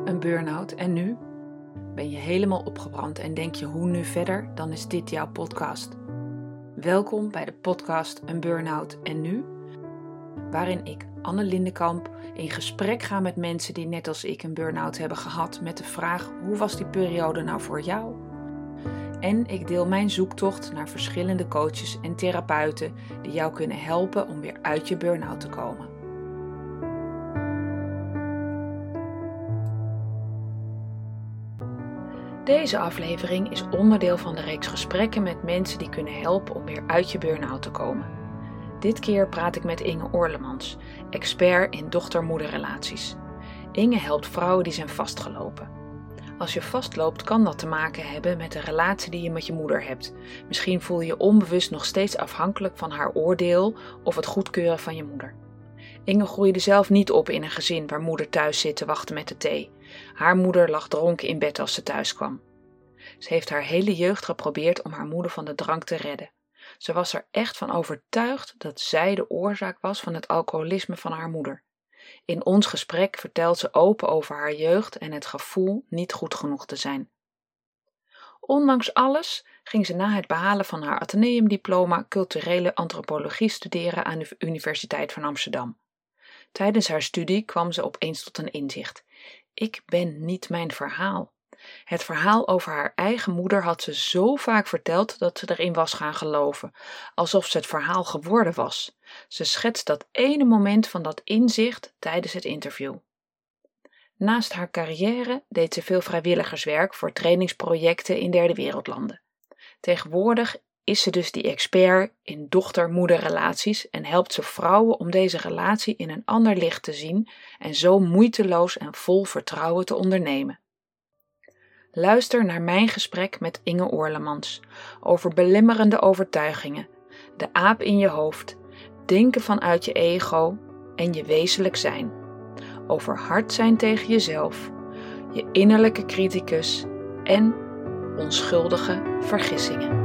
een burn-out en nu? Ben je helemaal opgebrand en denk je hoe nu verder? Dan is dit jouw podcast. Welkom bij de podcast Een Burn-out en nu? Waarin ik, Anne Lindekamp, in gesprek ga met mensen die net als ik een burn-out hebben gehad met de vraag: hoe was die periode nou voor jou? En ik deel mijn zoektocht naar verschillende coaches en therapeuten die jou kunnen helpen om weer uit je burn-out te komen. Deze aflevering is onderdeel van de reeks gesprekken met mensen die kunnen helpen om weer uit je burn-out te komen. Dit keer praat ik met Inge Oerlemans, expert in dochter-moederrelaties. Inge helpt vrouwen die zijn vastgelopen. Als je vastloopt kan dat te maken hebben met de relatie die je met je moeder hebt. Misschien voel je je onbewust nog steeds afhankelijk van haar oordeel of het goedkeuren van je moeder. Inge groeide zelf niet op in een gezin waar moeder thuis zit te wachten met de thee. Haar moeder lag dronken in bed als ze thuis kwam. Ze heeft haar hele jeugd geprobeerd om haar moeder van de drank te redden. Ze was er echt van overtuigd dat zij de oorzaak was van het alcoholisme van haar moeder. In ons gesprek vertelt ze open over haar jeugd en het gevoel niet goed genoeg te zijn. Ondanks alles ging ze na het behalen van haar ateneumdiploma culturele antropologie studeren aan de Universiteit van Amsterdam. Tijdens haar studie kwam ze opeens tot een inzicht. Ik ben niet mijn verhaal. Het verhaal over haar eigen moeder had ze zo vaak verteld dat ze erin was gaan geloven, alsof ze het verhaal geworden was. Ze schetst dat ene moment van dat inzicht tijdens het interview. Naast haar carrière deed ze veel vrijwilligerswerk voor trainingsprojecten in derde wereldlanden. Tegenwoordig is ze dus die expert in dochter-moederrelaties en helpt ze vrouwen om deze relatie in een ander licht te zien en zo moeiteloos en vol vertrouwen te ondernemen. Luister naar mijn gesprek met Inge Oerlemans over belemmerende overtuigingen, de aap in je hoofd, denken vanuit je ego en je wezenlijk zijn. Over hard zijn tegen jezelf, je innerlijke criticus en onschuldige vergissingen.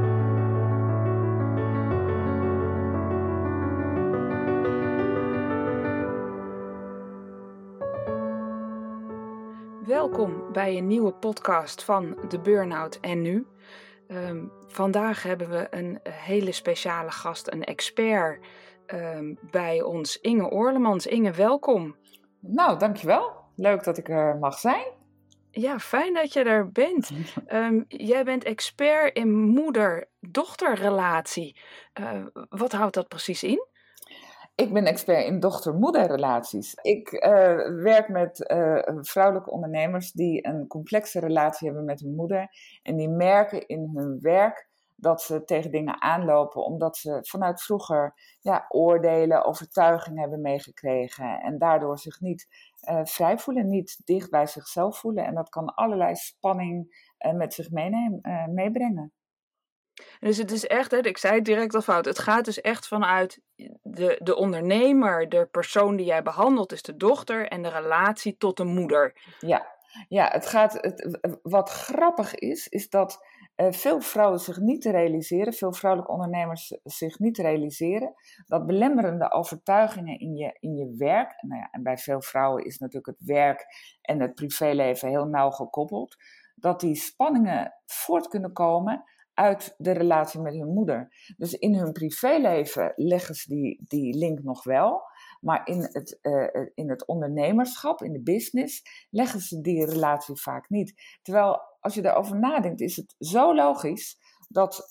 Welkom bij een nieuwe podcast van De Burn-out en nu. Vandaag hebben we een hele speciale gast, een expert bij ons, Inge Oerlemans. Inge, welkom. Nou, dankjewel. Leuk dat ik er mag zijn. Ja, fijn dat je er bent. Jij bent expert in moeder-dochterrelatie. Wat houdt dat precies in? Ik ben expert in dochter-moederrelaties. Ik werk met vrouwelijke ondernemers die een complexe relatie hebben met hun moeder. En die merken in hun werk dat ze tegen dingen aanlopen omdat ze vanuit vroeger oordelen, overtuigingen hebben meegekregen. En daardoor zich niet vrij voelen, niet dicht bij zichzelf voelen. En dat kan allerlei spanning met zich meebrengen. Dus het is echt, ik zei het direct al fout, het gaat dus echt vanuit de ondernemer, de persoon die jij behandelt is de dochter en de relatie tot de moeder. Ja, wat grappig is dat veel vrouwen zich niet realiseren, veel vrouwelijke ondernemers zich niet realiseren, dat belemmerende overtuigingen in je werk, en bij veel vrouwen is natuurlijk het werk en het privéleven heel nauw gekoppeld, dat die spanningen voort kunnen komen uit de relatie met hun moeder. Dus in hun privéleven leggen ze die link nog wel, maar in het ondernemerschap, in de business, leggen ze die relatie vaak niet. Terwijl, als je daarover nadenkt, is het zo logisch dat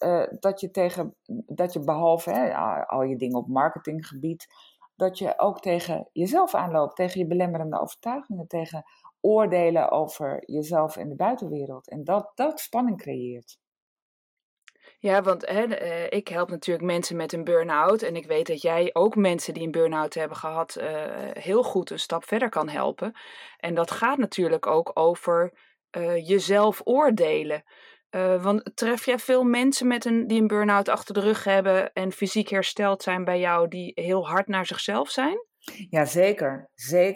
je behalve al je dingen op marketinggebied, dat je ook tegen jezelf aanloopt, tegen je belemmerende overtuigingen, tegen oordelen over jezelf en de buitenwereld. En dat spanning creëert. Ja, want ik help natuurlijk mensen met een burn-out. En ik weet dat jij ook mensen die een burn-out hebben gehad heel goed een stap verder kan helpen. En dat gaat natuurlijk ook over jezelf oordelen. Want tref jij veel mensen die een burn-out achter de rug hebben en fysiek hersteld zijn bij jou, die heel hard naar zichzelf zijn? Ja, zeker.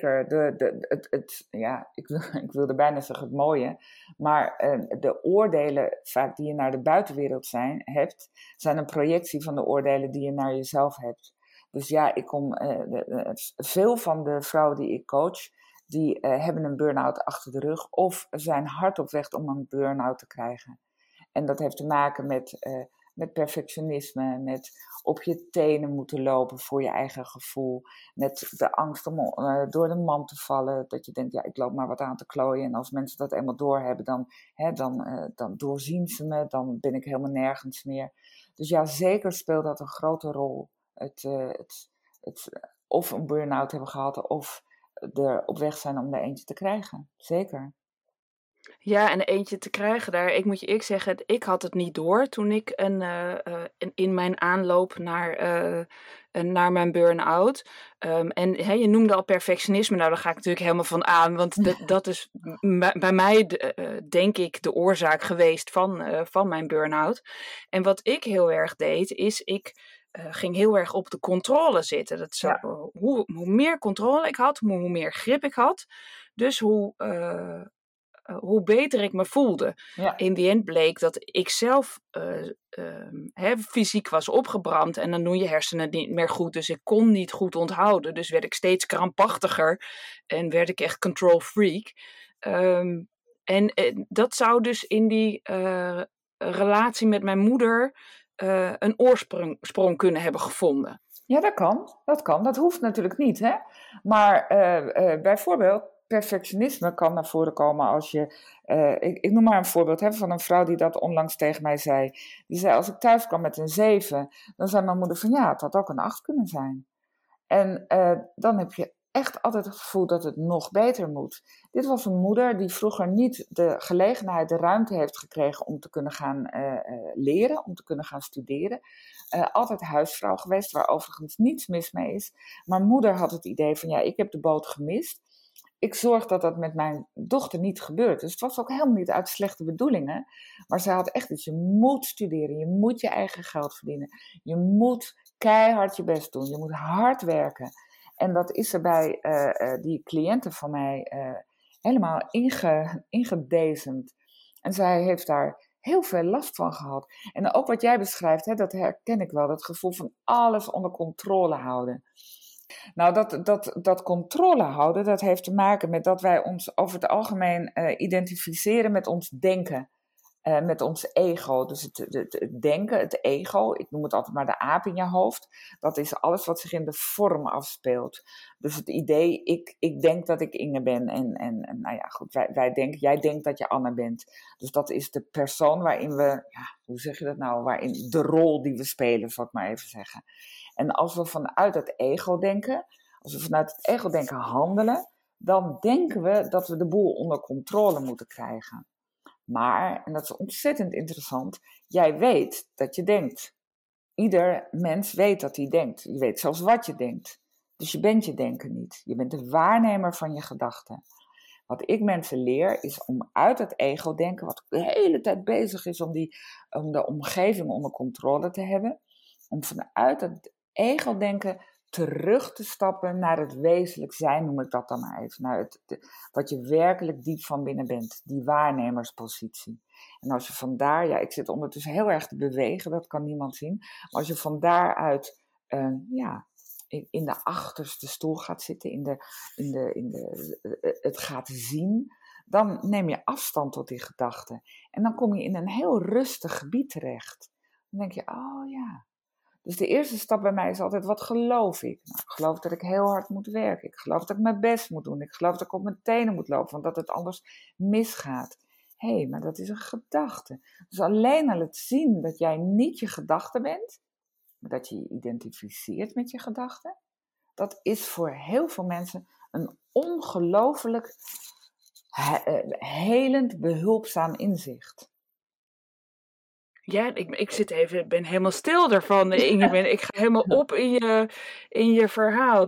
Ik wilde bijna zeggen het mooie. Maar de oordelen vaak die je naar de buitenwereld hebt, zijn een projectie van de oordelen die je naar jezelf hebt. Dus ja, veel van de vrouwen die ik coach, die hebben een burn-out achter de rug of zijn hard op weg om een burn-out te krijgen. En dat heeft te maken met perfectionisme, met op je tenen moeten lopen voor je eigen gevoel, met de angst om door de mand te vallen, dat je denkt, ja, ik loop maar wat aan te klooien en als mensen dat eenmaal doorhebben, dan doorzien ze me, dan ben ik helemaal nergens meer. Dus ja, zeker speelt dat een grote rol. Of een burn-out hebben gehad of er op weg zijn om er eentje te krijgen. Zeker. Ja, en eentje te krijgen daar. Ik moet je eerlijk zeggen, ik had het niet door toen ik in mijn aanloop naar mijn burn-out. En je noemde al perfectionisme. Nou, daar ga ik natuurlijk helemaal van aan. Want dat is bij mij, denk ik, de oorzaak geweest van mijn burn-out. En wat ik heel erg deed, is ik ging heel erg op de controle zitten. Hoe meer controle ik had, hoe meer grip ik had. Dus hoe beter ik me voelde. Ja. In the end bleek dat ik zelf fysiek was opgebrand en dan doen je hersenen niet meer goed. Dus ik kon niet goed onthouden. Dus werd ik steeds krampachtiger en werd ik echt control freak. En dat zou dus in die relatie met mijn moeder een oorsprong kunnen hebben gevonden. Ja, dat kan. Dat hoeft natuurlijk niet, hè. Maar bijvoorbeeld perfectionisme kan naar voren komen als je... ik noem maar een voorbeeld van een vrouw die dat onlangs tegen mij zei. Die zei, als ik thuis kwam met een 7, dan zei mijn moeder van ja, het had ook een 8 kunnen zijn. En dan heb je echt altijd het gevoel dat het nog beter moet. Dit was een moeder die vroeger niet de gelegenheid, de ruimte heeft gekregen om te kunnen gaan leren, om te kunnen gaan studeren. Altijd huisvrouw geweest, waar overigens niets mis mee is. Maar moeder had het idee van ja, ik heb de boot gemist. Ik zorg dat dat met mijn dochter niet gebeurt. Dus het was ook helemaal niet uit slechte bedoelingen. Maar zij had echt dat je moet studeren. Je moet je eigen geld verdienen. Je moet keihard je best doen. Je moet hard werken. En dat is er bij die cliënten van mij helemaal ingedezemd. En zij heeft daar heel veel last van gehad. En ook wat jij beschrijft, dat herken ik wel. Dat gevoel van alles onder controle houden. Nou, dat controle houden, dat heeft te maken met dat wij ons over het algemeen identificeren met ons denken. Met ons ego. Dus het denken, het ego, ik noem het altijd maar de aap in je hoofd. Dat is alles wat zich in de vorm afspeelt. Dus het idee, ik denk dat ik Inge ben. En nou ja, goed, jij denkt dat je Anne bent. Dus dat is de persoon waarin we, ja, hoe zeg je dat nou? Waarin de rol die we spelen, zal ik maar even zeggen. En als we vanuit het ego denken, als we vanuit het ego denken handelen, dan denken we dat we de boel onder controle moeten krijgen. Maar, en dat is ontzettend interessant, jij weet dat je denkt. Ieder mens weet dat hij denkt. Je weet zelfs wat je denkt. Dus je bent je denken niet. Je bent de waarnemer van je gedachten. Wat ik mensen leer is om uit het ego-denken, wat de hele tijd bezig is om de omgeving onder controle te hebben, om vanuit het ego-denken terug te stappen naar het wezenlijk zijn, noem ik dat dan maar even. Naar wat je werkelijk diep van binnen bent, die waarnemerspositie. En als je vandaar, ja, ik zit ondertussen heel erg te bewegen, dat kan niemand zien, maar als je van daaruit, in de achterste stoel gaat zitten, het gaat zien, dan neem je afstand tot die gedachten. En dan kom je in een heel rustig gebied terecht. Dan denk je, oh ja. Dus de eerste stap bij mij is altijd, wat geloof ik? Nou, ik geloof dat ik heel hard moet werken. Ik geloof dat ik mijn best moet doen. Ik geloof dat ik op mijn tenen moet lopen, want dat het anders misgaat. Hé, maar dat is een gedachte. Dus alleen al het zien dat jij niet je gedachte bent, maar dat je je identificeert met je gedachten, dat is voor heel veel mensen een ongelooflijk helend, behulpzaam inzicht. Ja, ik ben helemaal stil daarvan. Ik ga helemaal op in je verhaal.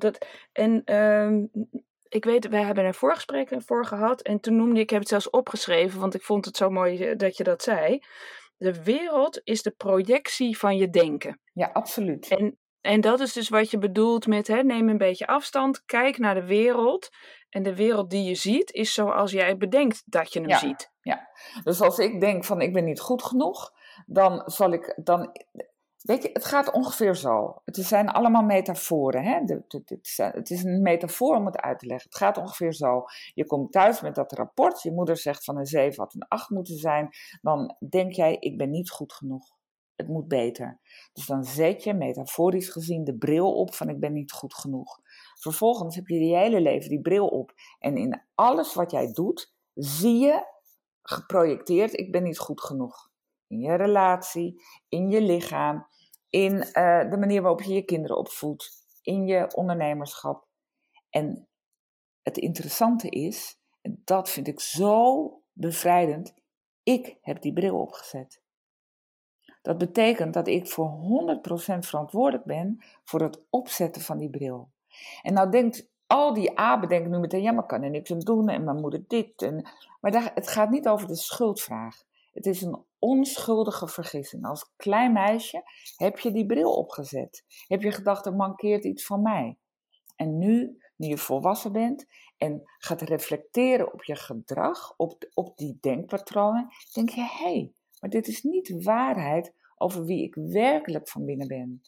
Ik weet, wij hebben een voorgesprek ervoor gehad. En toen noemde ik heb het zelfs opgeschreven, want ik vond het zo mooi dat je dat zei. De wereld is de projectie van je denken. Ja, absoluut. En dat is dus wat je bedoelt met, neem een beetje afstand, kijk naar de wereld. En de wereld die je ziet, is zoals jij bedenkt dat je hem ziet. Ja, dus als ik denk van ik ben niet goed genoeg, dan Weet je, het gaat ongeveer zo. Het zijn allemaal metaforen. Hè? Het is een metafoor om het uit te leggen. Het gaat ongeveer zo. Je komt thuis met dat rapport. Je moeder zegt van een 7 had een 8 moeten zijn. Dan denk jij, ik ben niet goed genoeg. Het moet beter. Dus dan zet je metaforisch gezien de bril op van ik ben niet goed genoeg. Vervolgens heb je hele leven die bril op. En in alles wat jij doet, zie je geprojecteerd ik ben niet goed genoeg. In je relatie, in je lichaam, in de manier waarop je je kinderen opvoedt, in je ondernemerschap. En het interessante is, en dat vind ik zo bevrijdend, ik heb die bril opgezet. Dat betekent dat ik voor 100% verantwoordelijk ben voor het opzetten van die bril. En nou denkt al die apen denken nu meteen, ja, maar ik kan er niks aan doen en mijn moeder dit. Maar het gaat niet over de schuldvraag. Het is een onschuldige vergissing. Als klein meisje heb je die bril opgezet. Heb je gedacht, er mankeert iets van mij. En nu je volwassen bent en gaat reflecteren op je gedrag, op die denkpatronen, denk je, hé, maar dit is niet de waarheid over wie ik werkelijk van binnen ben.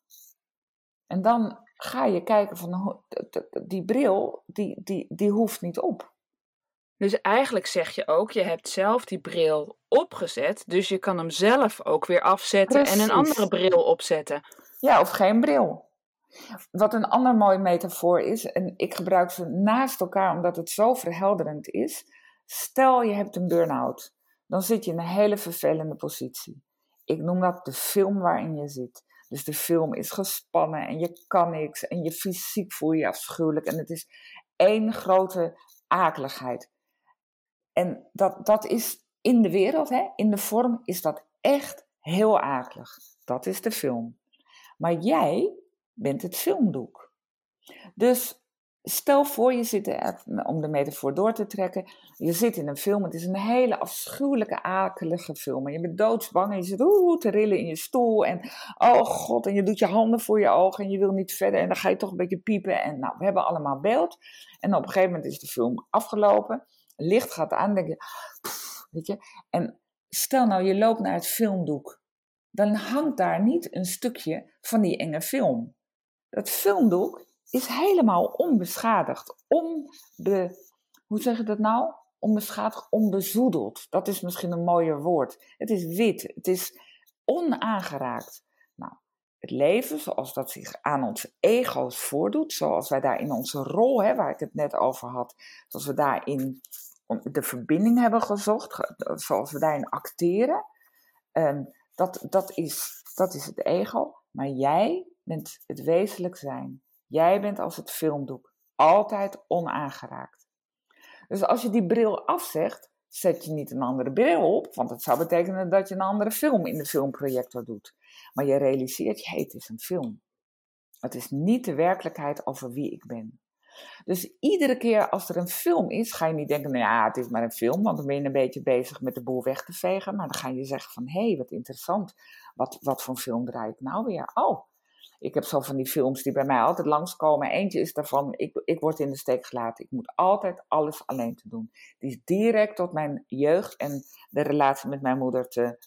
En dan ga je kijken van die bril, die hoeft niet op. Dus eigenlijk zeg je ook, je hebt zelf die bril opgezet, dus je kan hem zelf ook weer afzetten. Precies. En een andere bril opzetten. Ja, of geen bril. Wat een ander mooi metafoor is, en ik gebruik ze naast elkaar omdat het zo verhelderend is. Stel je hebt een burn-out, dan zit je in een hele vervelende positie. Ik noem dat de film waarin je zit. Dus de film is gespannen en je kan niks en je fysiek voel je afschuwelijk en het is één grote akeligheid. En dat is in de wereld, hè, in de vorm is dat echt heel akelig. Dat is de film. Maar jij bent het filmdoek. Dus stel voor, je zit, om de metafoor door te trekken, je zit in een film, het is een hele afschuwelijke, akelige film. En je bent doodsbang en je zit te rillen in je stoel en oh god, en je doet je handen voor je ogen en je wil niet verder en dan ga je toch een beetje piepen. En nou, we hebben allemaal beeld. En op een gegeven moment is de film afgelopen, licht gaat aan, denk je, weet je. En stel nou, je loopt naar het filmdoek. Dan hangt daar niet een stukje van die enge film. Dat filmdoek is helemaal onbeschadigd. Hoe zeg je dat nou? Onbeschadigd, onbezoedeld. Dat is misschien een mooier woord. Het is wit, het is onaangeraakt. Nou, het leven zoals dat zich aan onze ego's voordoet, zoals wij daar in onze rol, waar ik het net over had, zoals we daarin de verbinding hebben gezocht, zoals we daarin acteren, dat is het ego, maar jij bent het wezenlijk zijn. Jij bent als het filmdoek, altijd onaangeraakt. Dus als je die bril afzegt, zet je niet een andere bril op, want dat zou betekenen dat je een andere film in de filmprojector doet. Maar je realiseert, het is een film. Het is niet de werkelijkheid over wie ik ben. Dus iedere keer als er een film is, ga je niet denken, nou ja, het is maar een film, want dan ben je een beetje bezig met de boel weg te vegen. Maar dan ga je zeggen van, hé, wat interessant, wat voor film draai ik nou weer? Oh, ik heb zo van die films die bij mij altijd langskomen. Eentje is daarvan, ik word in de steek gelaten. Ik moet altijd alles alleen te doen. Die is direct tot mijn jeugd en de relatie met mijn moeder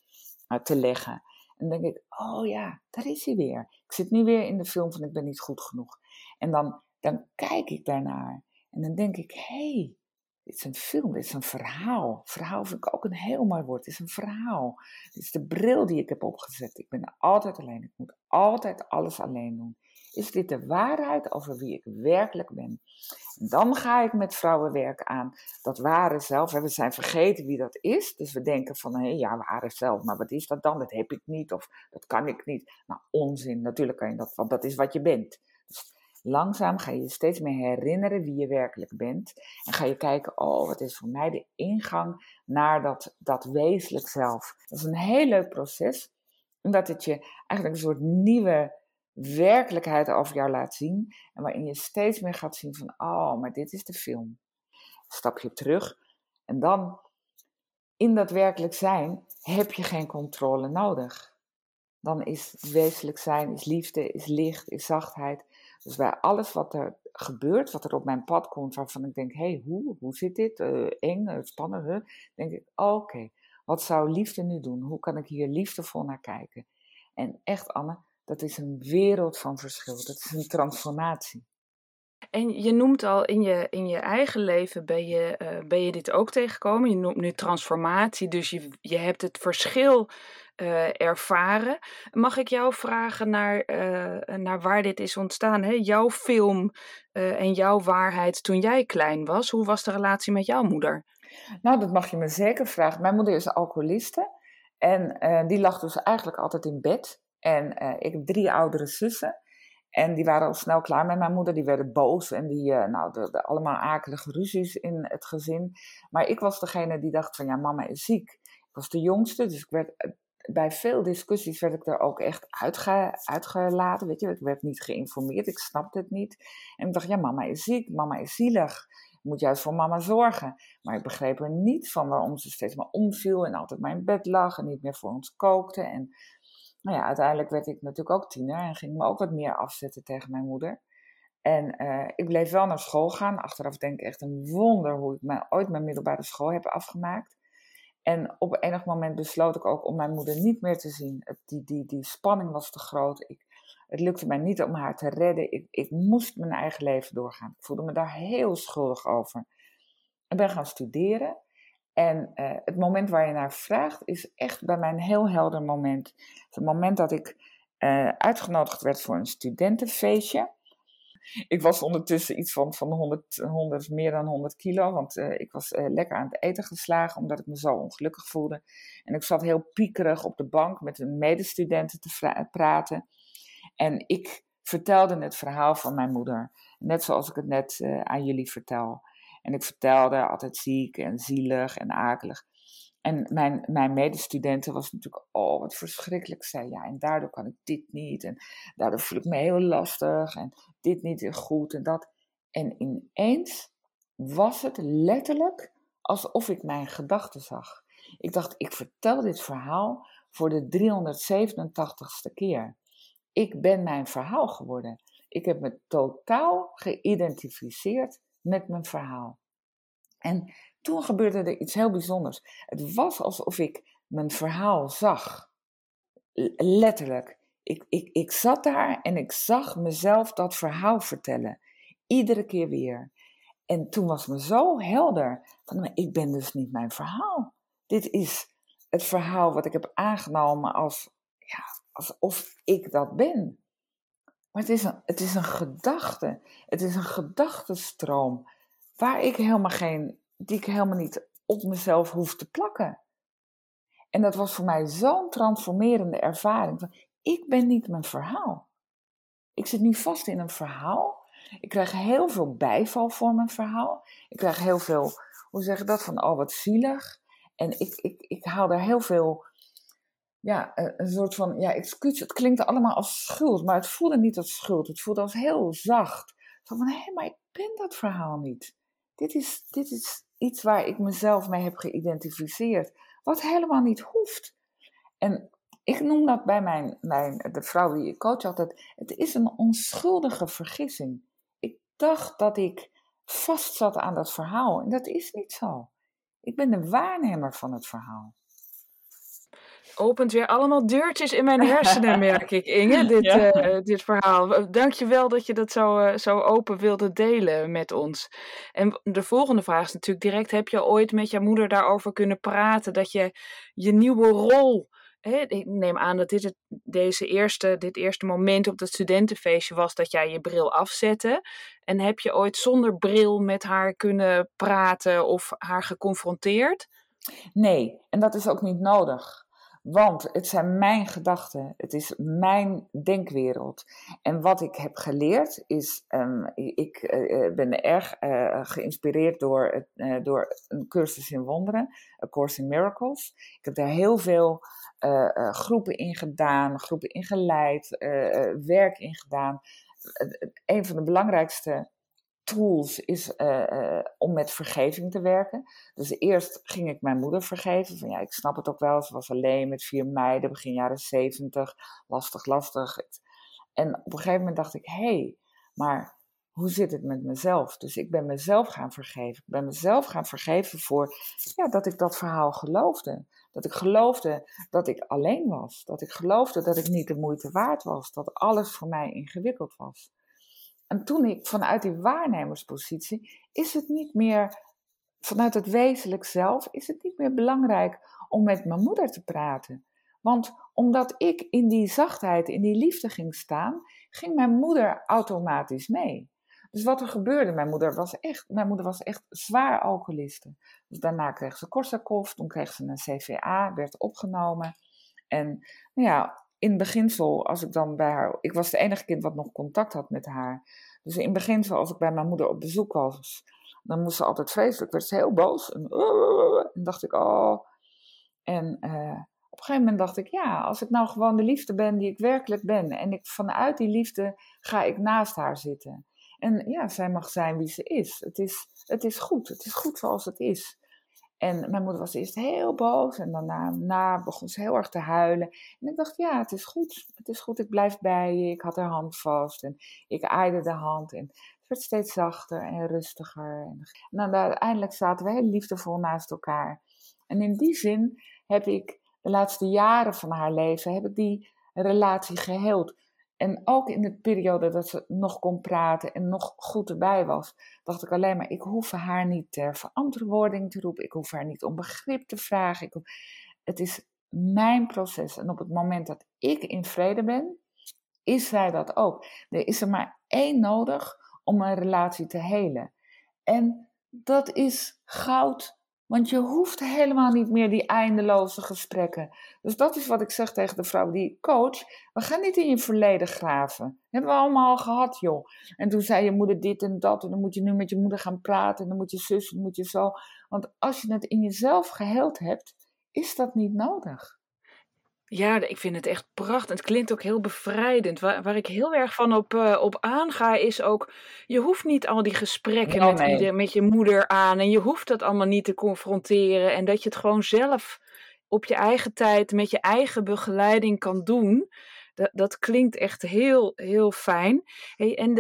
te leggen. En dan denk ik, oh ja, daar is hij weer. Ik zit nu weer in de film van ik ben niet goed genoeg. En dan kijk ik daarnaar. En dan denk ik, dit is een film, dit is een verhaal. Verhaal vind ik ook een heel mooi woord. Het is een verhaal. Dit is de bril die ik heb opgezet. Ik ben altijd alleen. Ik moet altijd alles alleen doen. Is dit de waarheid over wie ik werkelijk ben? En dan ga ik met vrouwenwerk aan. Dat ware zelf. We zijn vergeten wie dat is. Dus we denken van, ware zelf. Maar wat is dat dan? Dat heb ik niet of dat kan ik niet. Nou, onzin. Natuurlijk kan je dat, want dat is wat je bent. Dus langzaam ga je je steeds meer herinneren wie je werkelijk bent. En ga je kijken, wat is voor mij de ingang naar dat wezenlijk zelf. Dat is een heel leuk proces. Omdat het je eigenlijk een soort nieuwe werkelijkheid over jou laat zien. En waarin je steeds meer gaat zien van, maar dit is de film. Stap je terug. En dan, in dat werkelijk zijn, heb je geen controle nodig. Dan is wezenlijk zijn, is liefde, is licht, is zachtheid. Dus bij alles wat er gebeurt, wat er op mijn pad komt, waarvan ik denk, hoe zit dit? Eng, spannend, denk ik, oké, wat zou liefde nu doen? Hoe kan ik hier liefdevol naar kijken? En echt, Anne, dat is een wereld van verschil. Dat is een transformatie. En je noemt al in je eigen leven ben je dit ook tegengekomen. Je noemt nu transformatie, dus je hebt het verschil ervaren. Mag ik jou vragen naar waar dit is ontstaan? Hè? Jouw film en jouw waarheid toen jij klein was. Hoe was de relatie met jouw moeder? Nou, dat mag je me zeker vragen. Mijn moeder is alcoholiste en die lag dus eigenlijk altijd in bed. En ik heb 3 oudere zussen. En die waren al snel klaar met mijn moeder. Die werden boos en allemaal akelige ruzies in het gezin. Maar ik was degene die dacht van, ja, mama is ziek. Ik was de jongste, dus bij veel discussies werd ik er ook echt uitgelaten. Weet je, ik werd niet geïnformeerd, ik snapte het niet. En ik dacht, ja, mama is ziek, mama is zielig. Ik moet juist voor mama zorgen. Maar ik begreep er niet van waarom ze steeds maar omviel en altijd maar in bed lag en niet meer voor ons kookte. En nou ja, uiteindelijk werd ik natuurlijk ook tiener en ging me ook wat meer afzetten tegen mijn moeder. En ik bleef wel naar school gaan. Achteraf denk ik echt een wonder hoe ik ooit mijn middelbare school heb afgemaakt. En op enig moment besloot ik ook om mijn moeder niet meer te zien. Die spanning was te groot. Het lukte mij niet om haar te redden. Ik moest mijn eigen leven doorgaan. Ik voelde me daar heel schuldig over. Ik ben gaan studeren. En het moment waar je naar vraagt is echt bij mij een heel helder moment. Het moment dat ik uitgenodigd werd voor een studentenfeestje. Ik was ondertussen iets van 100, meer dan 100 kilo, want ik was lekker aan het eten geslagen omdat ik me zo ongelukkig voelde. En ik zat heel piekerig op de bank met een medestudenten te praten. En ik vertelde het verhaal van mijn moeder, net zoals ik het net aan jullie vertel. En ik vertelde altijd ziek en zielig en akelig. En mijn medestudenten was natuurlijk, oh wat verschrikkelijk, zei ja, en daardoor kan ik dit niet. En daardoor voel ik me heel lastig en dit niet goed en dat. En ineens was het letterlijk alsof ik mijn gedachten zag. Ik dacht, ik vertel dit verhaal voor de 387ste keer. Ik ben mijn verhaal geworden. Ik heb me totaal geïdentificeerd met mijn verhaal. En toen gebeurde er iets heel bijzonders. Het was alsof ik mijn verhaal zag. Letterlijk. Ik zat daar en ik zag mezelf dat verhaal vertellen. Iedere keer weer. En toen was me zo helder. Van, maar ik ben dus niet mijn verhaal. Dit is het verhaal wat ik heb aangenomen alsof ik dat ben. Maar het is een gedachte. Het is een gedachtenstroom die ik helemaal niet op mezelf hoef te plakken. En dat was voor mij zo'n transformerende ervaring. Van, ik ben niet mijn verhaal. Ik zit nu vast in een verhaal. Ik krijg heel veel bijval voor mijn verhaal. Ik krijg heel veel, hoe zeg je dat, van oh wat zielig. En ik haal daar heel veel, ja, een soort van, ja, excuus. Het klinkt allemaal als schuld, maar het voelde niet als schuld. Het voelde als heel zacht. Zo van, hé, maar ik ben dat verhaal niet. Dit is iets waar ik mezelf mee heb geïdentificeerd. Wat helemaal niet hoeft. En ik noem dat bij de vrouw die ik coach altijd, het is een onschuldige vergissing. Ik dacht dat ik vast zat aan dat verhaal en dat is niet zo. Ik ben de waarnemer van het verhaal. Opent weer allemaal deurtjes in mijn hersenen, merk ik, Inge, dit verhaal. Dank je wel dat je dat zo open wilde delen met ons. En de volgende vraag is natuurlijk direct, heb je ooit met je moeder daarover kunnen praten, dat je nieuwe rol, ik neem aan dat dit eerste moment op dat studentenfeestje was dat jij je bril afzette. En heb je ooit zonder bril met haar kunnen praten of haar geconfronteerd? Nee, en dat is ook niet nodig. Want het zijn mijn gedachten, het is mijn denkwereld. En wat ik heb geleerd is, ik ben erg geïnspireerd door een cursus in wonderen, A Course in Miracles. Ik heb daar heel veel groepen in gedaan, groepen in geleid, werk in gedaan. Een van de belangrijkste tools is om met vergeving te werken. Dus eerst ging ik mijn moeder vergeven. Van ja, ik snap het ook wel. Ze was alleen met 4 meiden, begin jaren 70. Lastig. En op een gegeven moment dacht ik, hé, maar hoe zit het met mezelf? Dus ik ben mezelf gaan vergeven. Ik ben mezelf gaan vergeven voor dat ik dat verhaal geloofde. Dat ik geloofde dat ik alleen was. Dat ik geloofde dat ik niet de moeite waard was. Dat alles voor mij ingewikkeld was. En toen ik vanuit die waarnemerspositie, is het niet meer, vanuit het wezenlijk zelf, is het niet meer belangrijk om met mijn moeder te praten. Want omdat ik in die zachtheid, in die liefde ging staan, ging mijn moeder automatisch mee. Dus wat er gebeurde, mijn moeder was echt zwaar alcoholiste. Dus daarna kreeg ze Korsakoff, toen kreeg ze een CVA, werd opgenomen. En in beginsel, als ik dan bij haar, ik was de enige kind wat nog contact had met haar. Dus in beginsel, als ik bij mijn moeder op bezoek was, dan moest ze altijd vreselijk, werd ze heel boos. En dacht ik, oh. En op een gegeven moment dacht ik, als ik nou gewoon de liefde ben die ik werkelijk ben. En ik vanuit die liefde ga ik naast haar zitten. En zij mag zijn wie ze is. Het is goed zoals het is. En mijn moeder was eerst heel boos en daarna begon ze heel erg te huilen. En ik dacht, het is goed, ik blijf bij je. Ik had haar hand vast en ik aaide de hand en het werd steeds zachter en rustiger. En dan uiteindelijk zaten we heel liefdevol naast elkaar. En in die zin heb ik de laatste jaren van haar leven, die relatie geheeld. En ook in de periode dat ze nog kon praten en nog goed erbij was, dacht ik alleen maar, ik hoef haar niet ter verantwoording te roepen. Ik hoef haar niet om begrip te vragen. Het is mijn proces. En op het moment dat ik in vrede ben, is zij dat ook. Er is er maar één nodig om een relatie te helen. En dat is goud. Want je hoeft helemaal niet meer die eindeloze gesprekken. Dus dat is wat ik zeg tegen de vrouw die ik coach. We gaan niet in je verleden graven. Dat hebben we allemaal al gehad, joh. En toen zei je moeder dit en dat. En dan moet je nu met je moeder gaan praten. En dan moet je zus, en dan moet je zo. Want als je het in jezelf geheeld hebt, is dat niet nodig. Ja, ik vind het echt prachtig. Het klinkt ook heel bevrijdend. Waar ik heel erg van op aanga is ook, je hoeft niet al die gesprekken met je moeder aan. En je hoeft dat allemaal niet te confronteren. En dat je het gewoon zelf op je eigen tijd, met je eigen begeleiding kan doen. Dat klinkt echt heel, heel fijn. Hey, en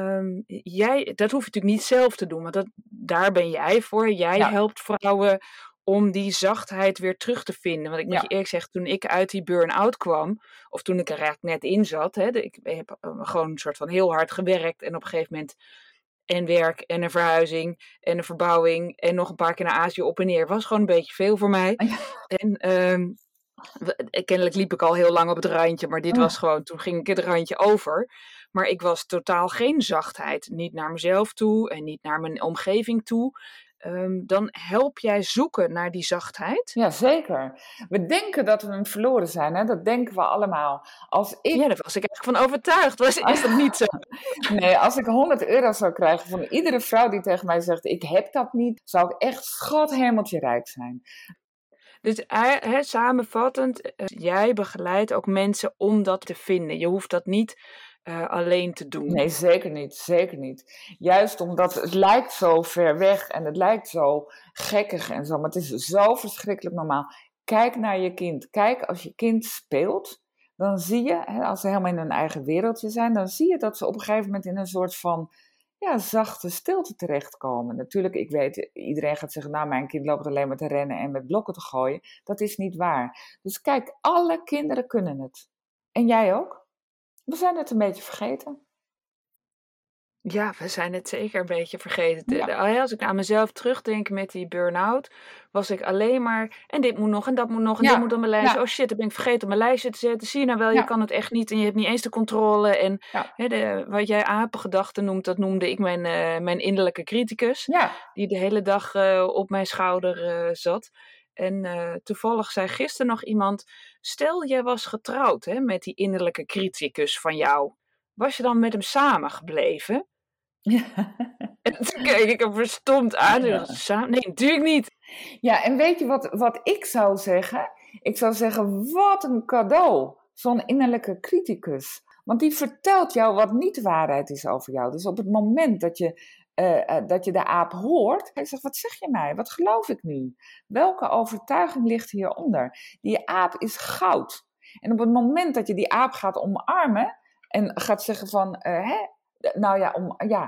dat hoef je natuurlijk niet zelf te doen. Want daar ben jij voor. Jij helpt vrouwen om die zachtheid weer terug te vinden. Want ik moet je eerlijk zeggen, toen ik uit die burn-out kwam, of toen ik er eigenlijk net in zat, ik heb gewoon een soort van heel hard gewerkt en op een gegeven moment en werk en een verhuizing en een verbouwing en nog een paar keer naar Azië op en neer. Was gewoon een beetje veel voor mij. Ja. En kennelijk liep ik al heel lang op het randje, maar dit was gewoon, toen ging ik het randje over. Maar ik was totaal geen zachtheid. Niet naar mezelf toe en niet naar mijn omgeving toe. Dan help jij zoeken naar die zachtheid. Ja, zeker. We denken dat we hem verloren zijn, hè? Dat denken we allemaal. Ja, daar was ik eigenlijk van overtuigd. Is dat niet zo? Nee, als ik €100 zou krijgen van iedere vrouw die tegen mij zegt, ik heb dat niet, zou ik echt schothemeltje rijk zijn. Dus samenvattend, jij begeleidt ook mensen om dat te vinden. Je hoeft dat niet alleen te doen. Nee, zeker niet. Zeker niet. Juist omdat het lijkt zo ver weg en het lijkt zo gekkig en zo, maar het is zo verschrikkelijk normaal. Kijk naar je kind. Kijk, als je kind speelt, dan zie je, als ze helemaal in hun eigen wereldje zijn, dan zie je dat ze op een gegeven moment in een soort van zachte stilte terechtkomen. Natuurlijk, ik weet, iedereen gaat zeggen, nou, mijn kind loopt alleen maar te rennen en met blokken te gooien. Dat is niet waar. Dus kijk, alle kinderen kunnen het. En jij ook? We zijn het een beetje vergeten. Ja, we zijn het zeker een beetje vergeten. Ja. Als ik aan mezelf terugdenk met die burn-out, was ik alleen maar, en dit moet nog, en dat moet nog, en dit moet op mijn lijstje. Ja. Oh shit, dat ben ik vergeten op mijn lijstje te zetten. Zie je nou wel, je kan het echt niet en je hebt niet eens de controle. En wat jij apengedachten noemt, dat noemde ik mijn innerlijke criticus. Ja. Die de hele dag op mijn schouder zat. En toevallig zei gisteren nog iemand, stel jij was getrouwd met die innerlijke criticus van jou. Was je dan met hem samen gebleven? Ja. En toen keek ik hem verstomd aan. Nee, natuurlijk niet. Ja, en weet je wat ik zou zeggen? Ik zou zeggen, wat een cadeau. Zo'n innerlijke criticus. Want die vertelt jou wat niet de waarheid is over jou. Dus op het moment dat je de aap hoort, hij zegt, wat zeg je mij? Wat geloof ik nu? Welke overtuiging ligt hieronder? Die aap is goud. En op het moment dat je die aap gaat omarmen en gaat zeggen van,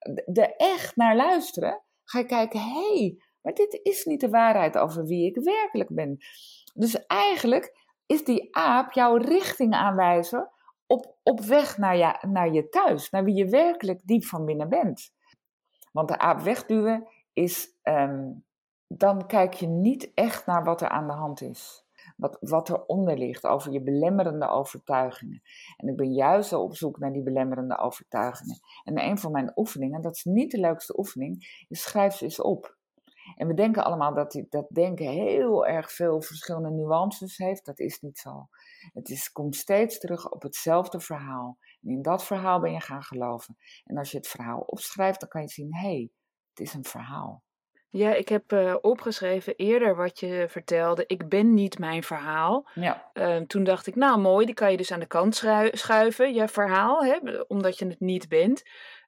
er echt naar luisteren, ga je kijken, maar dit is niet de waarheid over wie ik werkelijk ben. Dus eigenlijk is die aap jouw richtingaanwijzer op weg naar je thuis, naar wie je werkelijk diep van binnen bent. Want de aap wegduwen is, dan kijk je niet echt naar wat er aan de hand is. Wat eronder ligt, over je belemmerende overtuigingen. En ik ben juist zo op zoek naar die belemmerende overtuigingen. En een van mijn oefeningen, dat is niet de leukste oefening, is schrijf ze eens op. En we denken allemaal dat denken heel erg veel verschillende nuances heeft. Dat is niet zo. Komt steeds terug op hetzelfde verhaal. En in dat verhaal ben je gaan geloven. En als je het verhaal opschrijft, dan kan je zien, het is een verhaal. Ja, ik heb opgeschreven eerder wat je vertelde. Ik ben niet mijn verhaal. Ja. Toen dacht ik, nou mooi, die kan je dus aan de kant schuiven, je verhaal, hè, omdat je het niet bent.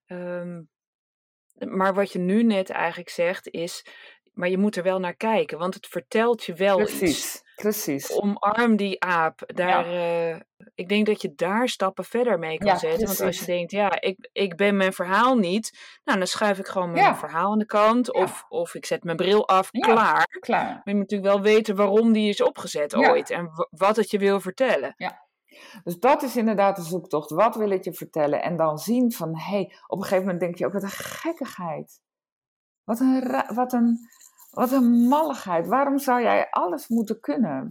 Maar wat je nu net eigenlijk zegt is, maar je moet er wel naar kijken, want het vertelt je wel iets. Precies. Omarm die aap. Ik denk dat je daar stappen verder mee kan zetten. Precies. Want als je denkt, ik ben mijn verhaal niet. Nou, dan schuif ik gewoon mijn verhaal aan de kant. Of ik zet mijn bril af, klaar. Maar je moet natuurlijk wel weten waarom die is opgezet ooit. En wat het je wil vertellen. Ja. Dus dat is inderdaad de zoektocht. Wat wil het je vertellen? En dan zien van, op een gegeven moment denk je ook, wat een gekkigheid. Wat een malligheid. Waarom zou jij alles moeten kunnen?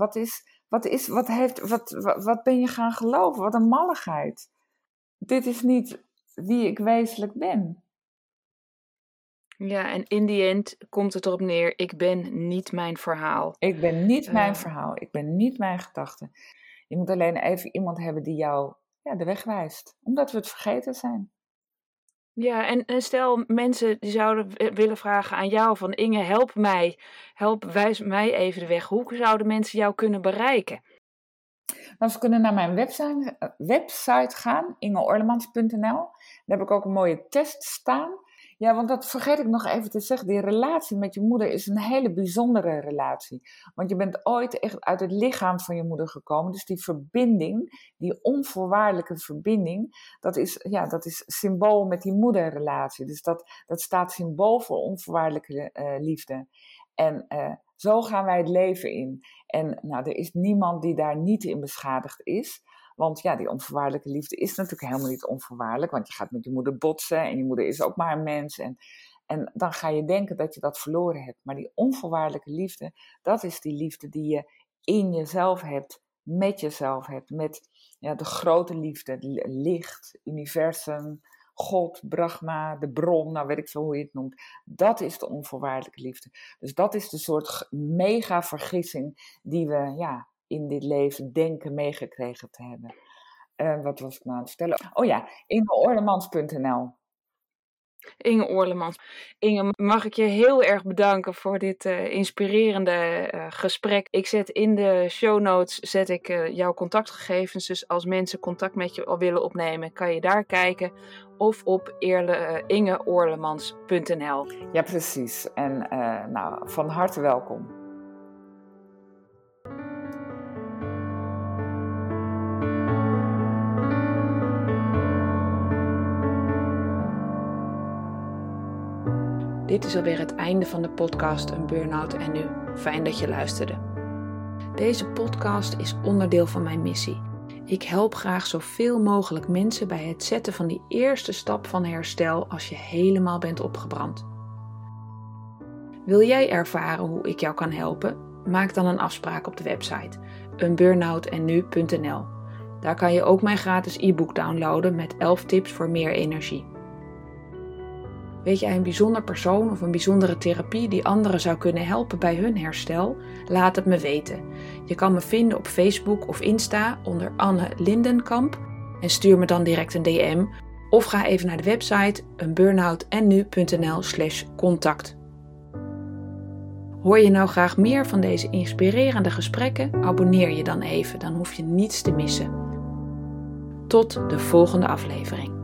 Wat ben je gaan geloven? Wat een malligheid. Dit is niet wie ik wezenlijk ben. Ja, en in die end komt het erop neer, ik ben niet mijn verhaal. Ik ben niet mijn verhaal. Ik ben niet mijn gedachten. Je moet alleen even iemand hebben die jou de weg wijst. Omdat we het vergeten zijn. Ja, en stel mensen die zouden willen vragen aan jou van Inge, wijs mij even de weg. Hoe zouden mensen jou kunnen bereiken? Nou, ze kunnen naar mijn website gaan, ingeorlemans.nl. Daar heb ik ook een mooie test staan. Ja, want dat vergeet ik nog even te zeggen. Die relatie met je moeder is een hele bijzondere relatie. Want je bent ooit echt uit het lichaam van je moeder gekomen. Dus die verbinding, die onvoorwaardelijke verbinding, dat is symbool met die moederrelatie. Dus dat staat symbool voor onvoorwaardelijke liefde. En zo gaan wij het leven in. En er is niemand die daar niet in beschadigd is. Want die onvoorwaardelijke liefde is natuurlijk helemaal niet onvoorwaardelijk. Want je gaat met je moeder botsen en je moeder is ook maar een mens. En dan ga je denken dat je dat verloren hebt. Maar die onvoorwaardelijke liefde, dat is die liefde die je in jezelf hebt. Met jezelf hebt. Met de grote liefde, licht, universum, God, Brahma, de bron, weet ik veel hoe je het noemt. Dat is de onvoorwaardelijke liefde. Dus dat is de soort mega vergissing die we in dit leven denken meegekregen te hebben. Wat was ik nou aan het vertellen? Oh ja, ingeorlemans.nl. Inge Orlemans. Inge, mag ik je heel erg bedanken voor dit inspirerende gesprek. Ik zet in de show notes jouw contactgegevens. Dus als mensen contact met je willen opnemen, kan je daar kijken. Of op ingeorlemans.nl. Ja, precies. En van harte welkom. Dit is alweer het einde van de podcast Een Burn-out en Nu. Fijn dat je luisterde. Deze podcast is onderdeel van mijn missie. Ik help graag zoveel mogelijk mensen bij het zetten van die eerste stap van herstel als je helemaal bent opgebrand. Wil jij ervaren hoe ik jou kan helpen? Maak dan een afspraak op de website eenburnoutennu.nl. Daar kan je ook mijn gratis e-book downloaden met 11 tips voor meer energie. Weet jij een bijzonder persoon of een bijzondere therapie die anderen zou kunnen helpen bij hun herstel? Laat het me weten. Je kan me vinden op Facebook of Insta onder Anne Lindenkamp en stuur me dan direct een DM of ga even naar de website eenburnoutennu.nl/contact. Hoor je nou graag meer van deze inspirerende gesprekken? Abonneer je dan even, dan hoef je niets te missen. Tot de volgende aflevering.